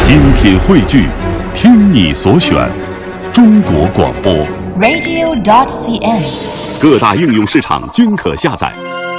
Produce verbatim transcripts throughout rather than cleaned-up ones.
精品汇聚，听你所选，中国广播 radio dot c n， 各大应用市场均可下载。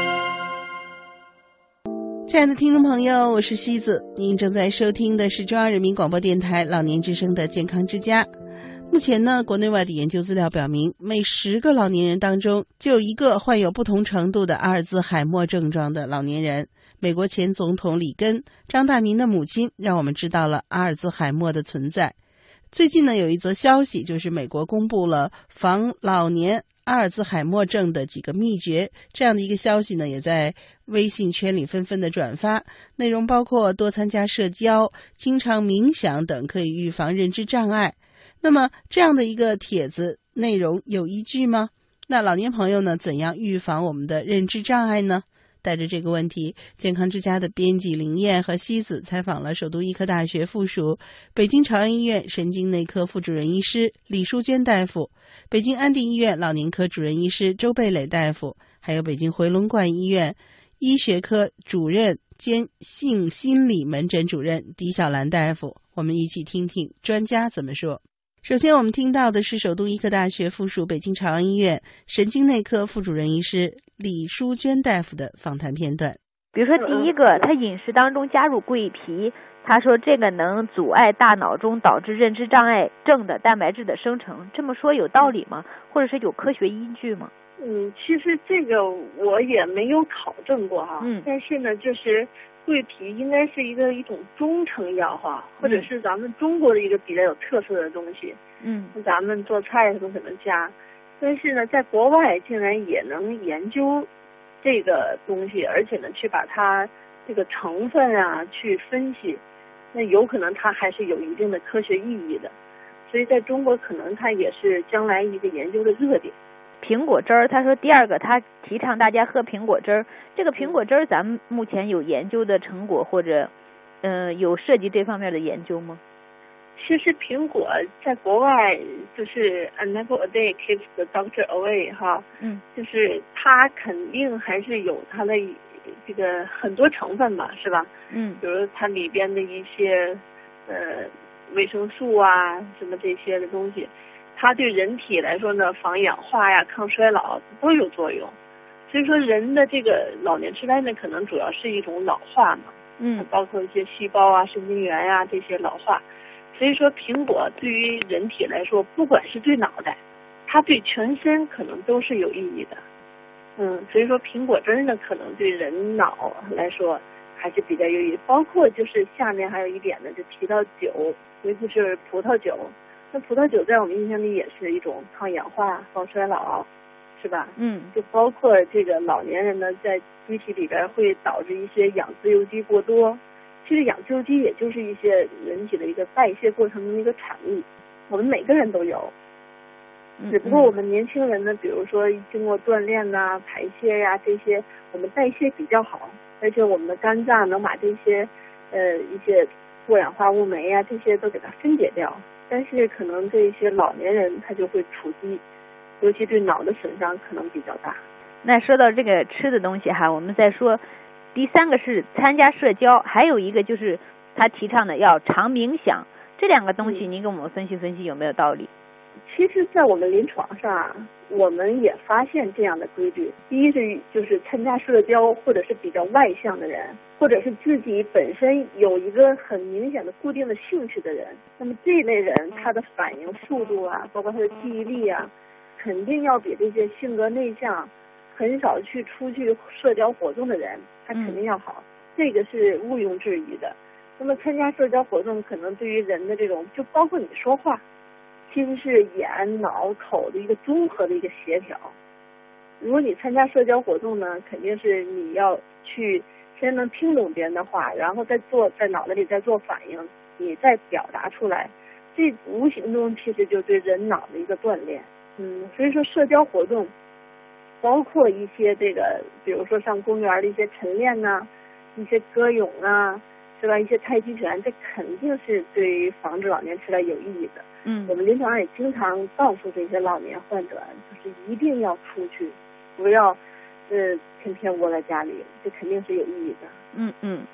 亲爱的听众朋友，我是西子，您正在收听的是中央人民广播电台老年之声的健康之家。目前呢，国内外的研究资料表明，每十个老年人当中就有一个患有不同程度的阿尔兹海默症状的老年人。美国前总统里根、张大民的母亲让我们知道了阿尔兹海默的存在。最近呢，有一则消息，就是美国公布了防老年阿尔兹海默症的几个秘诀，这样的一个消息呢，也在微信圈里纷纷的转发，内容包括多参加社交、经常冥想等可以预防认知障碍。那么这样的一个帖子内容有依据吗？那老年朋友呢，怎样预防我们的认知障碍呢？带着这个问题，健康之家的编辑林燕和西子采访了首都医科大学附属北京朝阳医院神经内科副主任医师李淑娟大夫，北京安定医院老年科主任医师周贝磊大夫，还有北京回龙观医院医学科主任兼性心理门诊主任狄小兰大夫，我们一起听听专家怎么说。首先我们听到的是首都医科大学附属北京朝阳医院神经内科副主任医师李淑娟大夫的访谈片段。 比如说第一个，他饮食当中加入桂皮，他说这个能阻碍大脑中导致认知障碍症的蛋白质的生成，这么说有道理吗？或者是有科学依据吗？ 嗯，其实这个我也没有考证过哈，嗯，但是呢，就是桂皮应该是一个一种中成药哈，或者是咱们中国的一个比较有特色的东西，嗯，咱们做菜什么可能加，但是呢，在国外竟然也能研究这个东西，而且呢，去把它这个成分啊去分析，那有可能它还是有一定的科学意义的，所以在中国可能它也是将来一个研究的热点。 苹果汁儿，他说第二个，他提倡大家喝苹果汁儿。这个苹果汁儿，咱们目前有研究的成果，或者嗯、呃、有涉及这方面的研究吗？ 其实苹果在国外就是 an apple a day keeps the doctor away 哈，嗯，就是它肯定还是有它的这个很多成分吧，是吧？嗯，比如它里边的一些呃维生素啊什么这些的东西。它对人体来说呢，防氧化呀、抗衰老都有作用。所以说，人的这个老年痴呆呢，可能主要是一种老化嘛，嗯，包括一些细胞啊、神经元呀、这些老化。所以说，苹果对于人体来说，不管是对脑袋，它对全身可能都是有意义的。嗯，所以说苹果汁呢，可能对人脑来说还是比较有意义。包括就是下面还有一点呢，就提到酒，尤其是葡萄酒。那葡萄酒在我们印象里也是一种抗氧化、防衰老，是吧？嗯，就包括这个老年人呢，在机体里边会导致一些氧自由基过多。其实氧自由基也就是一些人体的一个代谢过程的一个产物，我们每个人都有。只不过我们年轻人呢，比如说经过锻炼呐、啊、排泄呀、啊、这些，我们代谢比较好，而且我们的肝脏能把这些呃一些过氧化物酶呀、啊、这些都给它分解掉。但是可能对一些老年人他就会触及，尤其对脑的损伤可能比较大。 那说到这个吃的东西哈，我们再说第三个是参加社交，还有一个就是他提倡的要常冥想，这两个东西您跟我们分析分析有没有道理？ 其实在我们临床上啊，我们也发现这样的规律。第一是就是参加社交或者是比较外向的人，或者是自己本身有一个很明显的固定的兴趣的人，那么这类人他的反应速度啊，包括他的记忆力啊，肯定要比这些性格内向、很少去出去社交活动的人，他肯定要好，嗯、这个是毋庸置疑的。那么参加社交活动，可能对于人的这种，就包括你说话。其实是眼脑口的一个综合的一个协调。如果你参加社交活动呢，肯定是你要去先能听懂别人的话，然后再做在脑袋里再做反应，你再表达出来，这无形中其实就对人脑的一个锻炼。嗯，所以说社交活动包括一些这个，比如说上公园的一些晨练呐、啊，一些歌咏啊，是吧？一些太极拳，这肯定是对于防治老年痴呆有意义的。嗯，我们临床上也经常告诉这些老年患者，就是一定要出去，不要呃天天窝在家里，这肯定是有意义的。 嗯嗯，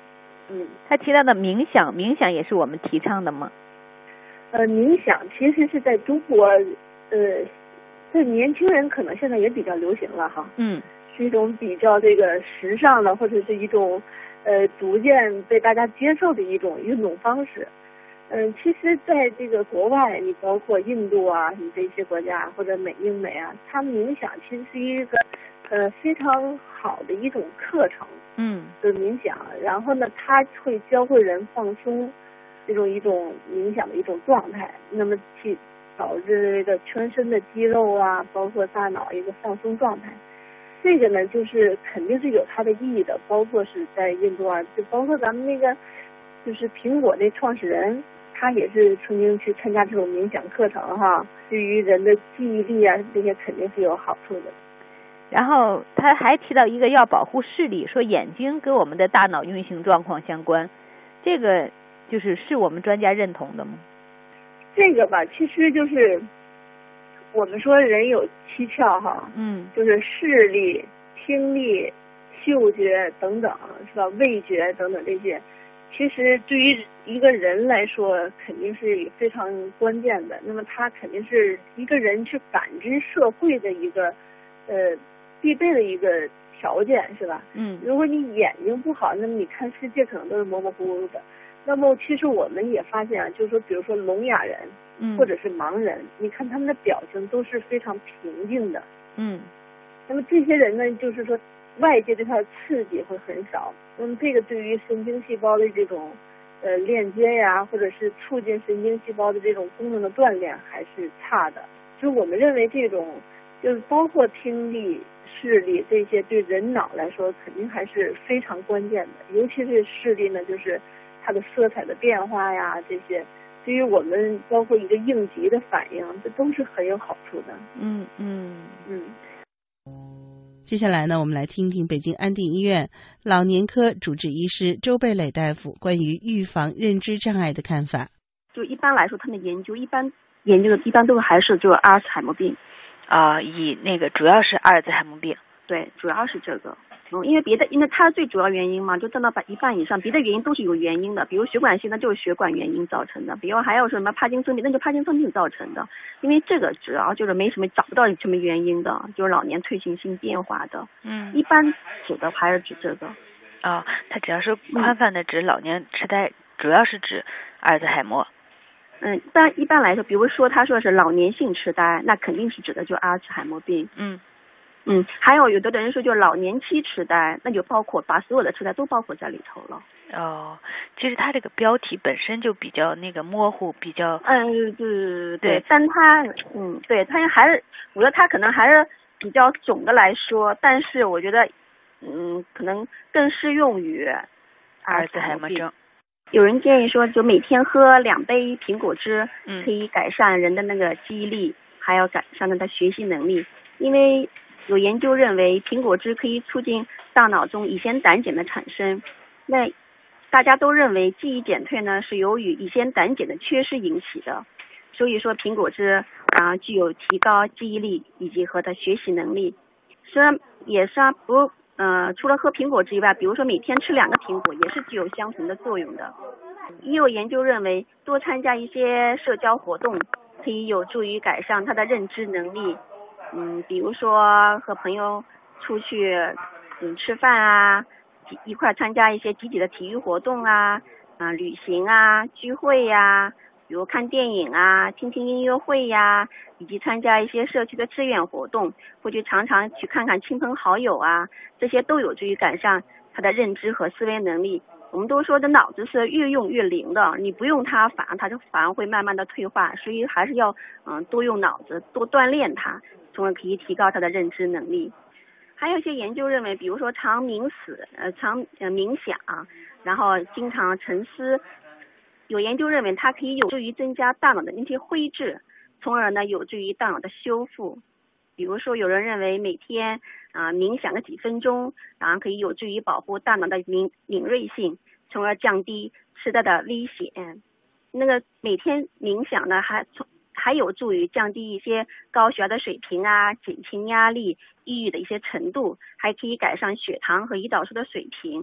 嗯， 他提到的冥想，冥想也是我们提倡的吗？ 呃，冥想其实是在中国，呃，在年轻人可能现在也比较流行了哈。 嗯， 是一种比较这个时尚的，或者是一种呃逐渐被大家接受的一种运动方式。嗯，其实在这个国外，你包括印度啊，你这些国家或者美英美啊，他们冥想其实是一个呃非常好的一种课程。 嗯， 的冥想，然后呢，他会教会人放松，这种一种冥想的一种状态，那么去导致这个全身的肌肉啊，包括大脑一个放松状态。这个呢，就是肯定是有它的意义的，包括是在印度啊，就包括咱们那个就是苹果那创始人，他也是曾经去参加这种冥想课程哈，对于人的记忆力啊这些肯定是有好处的。 然后他还提到一个要保护视力，说眼睛跟我们的大脑运行状况相关，这个就是是我们专家认同的吗？ 这个吧，其实就是我们说人有七窍哈， 嗯， 就是视力、听力、嗅觉等等，是吧？味觉等等这些，其实对于一个人来说，肯定是非常关键的。那么他肯定是一个人去感知社会的一个呃必备的一个条件，是吧？ 嗯， 如果你眼睛不好，那么你看世界可能都是模模糊糊的。那么其实我们也发现啊，就是说，比如说聋哑人， 嗯， 或者是盲人，你看他们的表情都是非常平静的。 嗯， 那么这些人呢，就是说外界对他的刺激会很少。那么这个对于神经细胞的这种呃链接呀，或者是促进神经细胞的这种功能的锻炼还是差的。就是我们认为这种就是包括听力、视力这些对人脑来说肯定还是非常关键的，尤其是视力呢，就是它的色彩的变化呀，这些对于我们包括一个应急的反应，这都是很有好处的。 嗯嗯嗯。 接下来呢，我们来听听北京安定医院老年科主治医师周蓓蕾大夫关于预防认知障碍的看法。 就一般来说，他们的研究一般研究的一般都还是就是阿尔茨海默病。 啊、呃，以那个主要是阿尔兹海默病， 对，主要是这个，嗯，因为别的，因为它最主要原因嘛，就占到百一半以上，别的原因都是有原因的，比如血管性，那就是血管原因造成的，比如还有什么帕金森病，那就帕金森病造成的，因为这个主要就是没什么找不到什么原因的，就是老年退行性变化的， 嗯， 一般指的还是指这个。 啊、哦，它只要是宽泛的指老年痴呆，嗯、主要是指阿尔兹海默。 嗯，但一般来说，比如说他说是老年性痴呆，那肯定是指的就阿尔茨海默病。 嗯嗯，还有有的人说就老年期痴呆，那就包括把所有的痴呆都包括在里头了。 哦，其实他这个标题本身就比较那个模糊，比较嗯对对对，但他嗯对他还是我觉得他可能还是比较总的来说，但是我觉得嗯可能更适用于阿尔茨海默症。有人建议说，就每天喝两杯苹果汁， 嗯， 可以改善人的那个记忆力，还要改善他的学习能力。因为有研究认为，苹果汁可以促进大脑中乙酰胆碱的产生。那大家都认为记忆减退呢是由于乙酰胆碱的缺失引起的，所以说苹果汁啊具有提高记忆力以及和他学习能力。虽然也是啊不。呃，除了喝苹果汁以外，比如说每天吃两个苹果，也是具有相同的作用的。也有研究认为，多参加一些社交活动，可以有助于改善他的认知能力。嗯，比如说和朋友出去嗯吃饭啊，一块参加一些集体的体育活动啊，啊、呃、旅行啊，聚会呀、啊。比如看电影啊，听听音乐会呀，以及参加一些社区的志愿活动，或者常常去看看亲朋好友啊，这些都有助于改善他的认知和思维能力。我们都说这脑子是越用越灵的，你不用它，反而它就反而会慢慢的退化，所以还是要嗯多用脑子，多锻炼它，从而可以提高他的认知能力。还有一些研究认为，比如说常冥思呃常呃冥想，然后经常沉思。有研究认为，它可以有助于增加大脑的那些灰质，从而呢有助于大脑的修复。比如说，有人认为每天啊、呃、冥想个几分钟，然后可以有助于保护大脑的敏敏锐性，从而降低痴呆的危险。那个每天冥想呢，还从还有助于降低一些高血压的水平啊，减轻压力、抑郁的一些程度，还可以改善血糖和胰岛素的水平。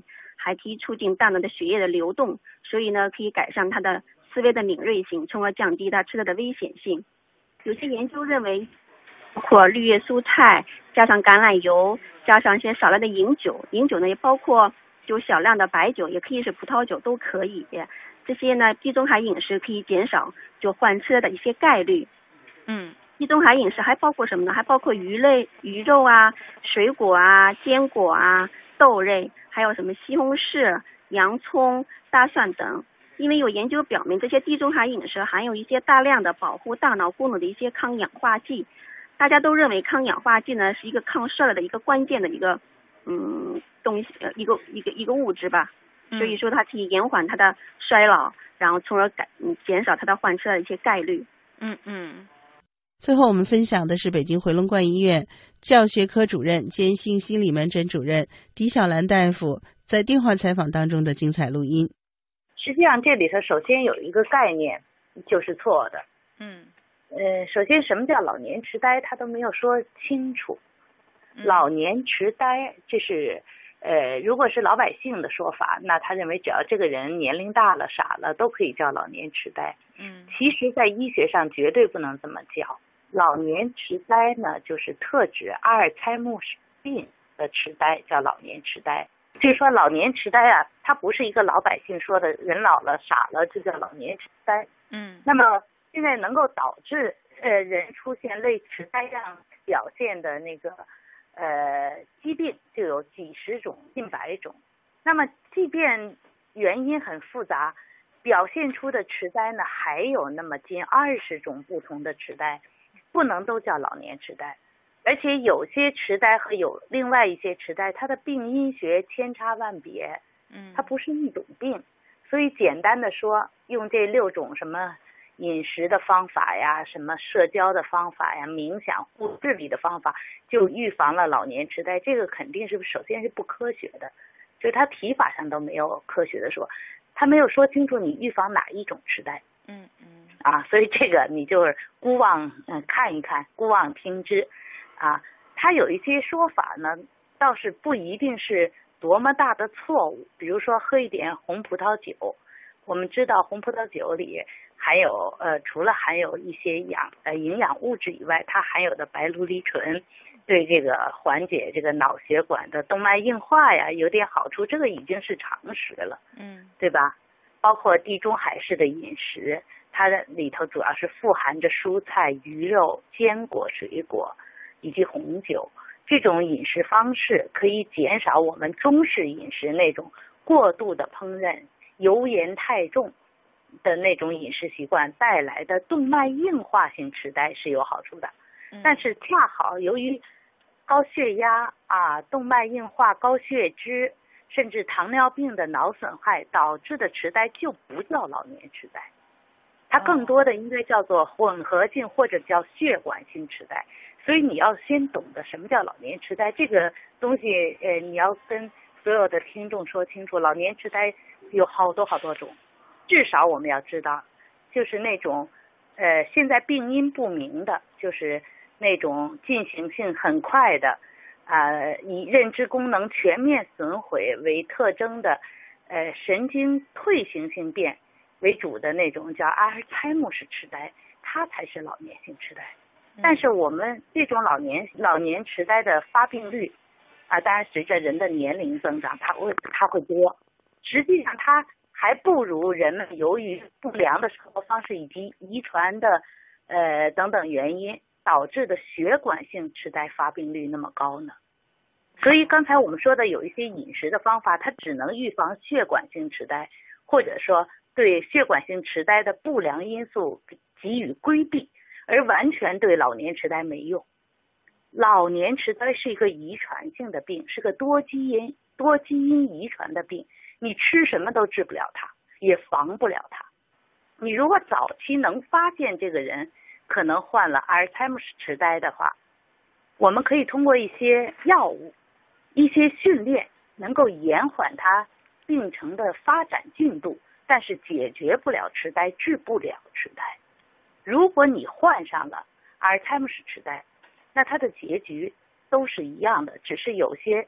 还可以促进大脑的血液的流动，所以呢可以改善他的思维的敏锐性，从而降低他吃的的危险性。有些研究认为，包括绿叶蔬菜加上橄榄油加上一些少量的饮酒，饮酒呢也包括就小量的白酒，也可以是葡萄酒都可以。这些呢地中海饮食可以减少就患车的一些概率。 嗯， 地中海饮食还包括什么呢？还包括鱼类、鱼肉啊、水果啊、坚果啊、豆类，还有什么西红柿、洋葱、大蒜等。因为有研究表明，这些地中海饮食含有一些大量的保护大脑功能的一些抗氧化剂。大家都认为抗氧化剂呢是一个抗衰老的一个关键的一个嗯东西，呃一个一个一个物质吧。所以说它可以延缓它的衰老，然后从而改嗯减少它的患车的一些概率。 嗯嗯。 最后我们分享的是北京回龙观医院教学科主任兼心心理门诊主任狄小兰大夫在电话采访当中的精彩录音。 实际上这里头首先有一个概念就是错的。 嗯呃，首先什么叫老年痴呆他都没有说清楚。老年痴呆这是呃，如果是老百姓的说法，那他认为只要这个人年龄大了傻了都可以叫老年痴呆。 嗯， 其实在医学上绝对不能这么叫。老年痴呆呢就是特指阿尔茨海默病的痴呆，叫老年痴呆。就是说老年痴呆啊，它不是一个老百姓说的人老了傻了就叫老年痴呆。 嗯， 那么现在能够导致呃人出现类痴呆样表现的那个呃疾病就有几十种近百种。那么即便原因很复杂，表现出的痴呆呢还有那么近二十种不同的痴呆，不能都叫老年痴呆。而且有些痴呆和有另外一些痴呆，它的病因学千差万别， 嗯， 它不是一种病。所以简单的说，用这六种什么饮食的方法呀，什么社交的方法呀，冥想、护自理的方法，就预防了老年痴呆，这个肯定是首先是不科学的，就是它题法上都没有科学的说，他没有说清楚你预防哪一种痴呆。 嗯嗯， 啊，所以这个你就是姑妄嗯看一看，姑妄听之。啊，他有一些说法呢，倒是不一定是多么大的错误。比如说喝一点红葡萄酒，我们知道红葡萄酒里含有呃，除了含有一些养呃营养物质以外，它含有的白藜芦醇对这个缓解这个脑血管的动脉硬化呀有点好处，这个已经是常识了， 嗯， 对吧？包括地中海式的饮食，它的里头主要是富含着蔬菜、鱼肉、坚果、水果以及红酒，这种饮食方式可以减少我们中式饮食那种过度的烹饪、油盐太重的那种饮食习惯带来的动脉硬化性痴呆是有好处的。但是恰好由于高血压啊、动脉硬化、高血脂，甚至糖尿病的脑损害导致的痴呆就不叫老年痴呆，它更多的应该叫做混合性或者叫血管性痴呆。所以你要先懂得什么叫老年痴呆，这个东西呃，你要跟所有的听众说清楚。老年痴呆有好多好多种，至少我们要知道，就是那种呃现在病因不明的，就是那种进行性很快的啊、呃，以认知功能全面损毁为特征的呃神经退行性变为主的那种叫阿尔茨海默氏痴呆，它才是老年性痴呆。但是我们这种老年老年痴呆的发病率啊，当然随着人的年龄增长，它会它会多。实际上，它还不如人们由于不良的生活方式以及遗传的呃等等原因导致的血管性痴呆发病率那么高呢。所以刚才我们说的有一些饮食的方法，它只能预防血管性痴呆，或者说对血管性痴呆的不良因素给予规避。而完全对老年痴呆没用。老年痴呆是一个遗传性的病，是个多基因多基因遗传的病，你吃什么都治不了它，也防不了它。你如果早期能发现这个人可能患了阿尔茨海默氏痴呆的话，我们可以通过一些药物、一些训练，能够延缓他病程的发展进度，但是解决不了痴呆，治不了痴呆。如果你患上了阿尔茨海默氏痴呆，那它的结局都是一样的，只是有些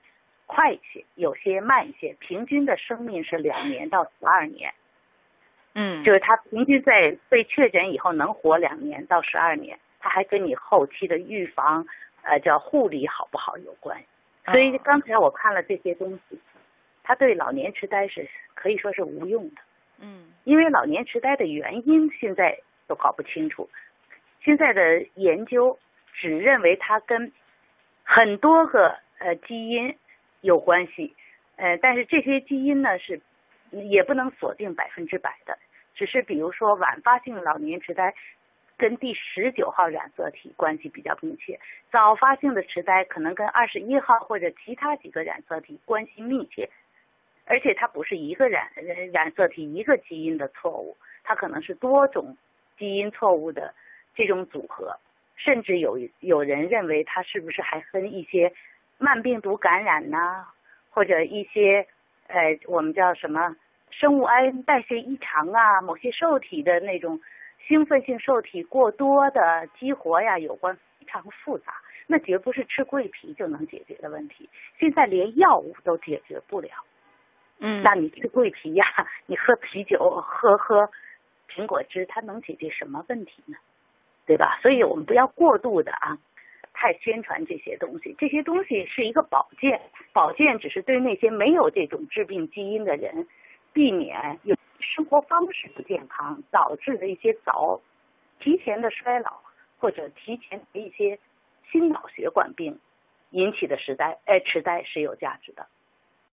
快一些，有些慢一些，平均的生命是两年到十二年。 嗯， 就是他平均在被确诊以后能活两年到十二年，他还跟你后期的预防呃叫护理好不好有关。所以刚才我看了这些东西，它对老年痴呆是可以说是无用的。 嗯， 因为老年痴呆的原因现在都搞不清楚，现在的研究只认为它跟很多个呃基因有关系，呃，但是这些基因呢是也不能锁定百分之百的，只是比如说晚发性老年痴呆跟第十九号染色体关系比较密切，早发性的痴呆可能跟二十一号或者其他几个染色体关系密切，而且它不是一个染染色体一个基因的错误，它可能是多种基因错误的这种组合，甚至有有人认为它是不是还跟一些慢病毒感染呐、啊，或者一些呃我们叫什么生物胺代谢异常啊，某些受体的那种兴奋性受体过多的激活呀有关，非常复杂，那绝不是吃桂皮就能解决的问题，现在连药物都解决不了。 嗯， 那你吃桂皮呀，你喝啤酒，喝喝苹果汁，它能解决什么问题呢？对吧？所以我们不要过度的啊，太宣传这些东西。这些东西是一个保健，保健只是对那些没有这种致病基因的人，避免有生活方式不健康导致的一些早提前的衰老或者提前的一些心脑血管病引起的痴呆，哎，痴呆是有价值的。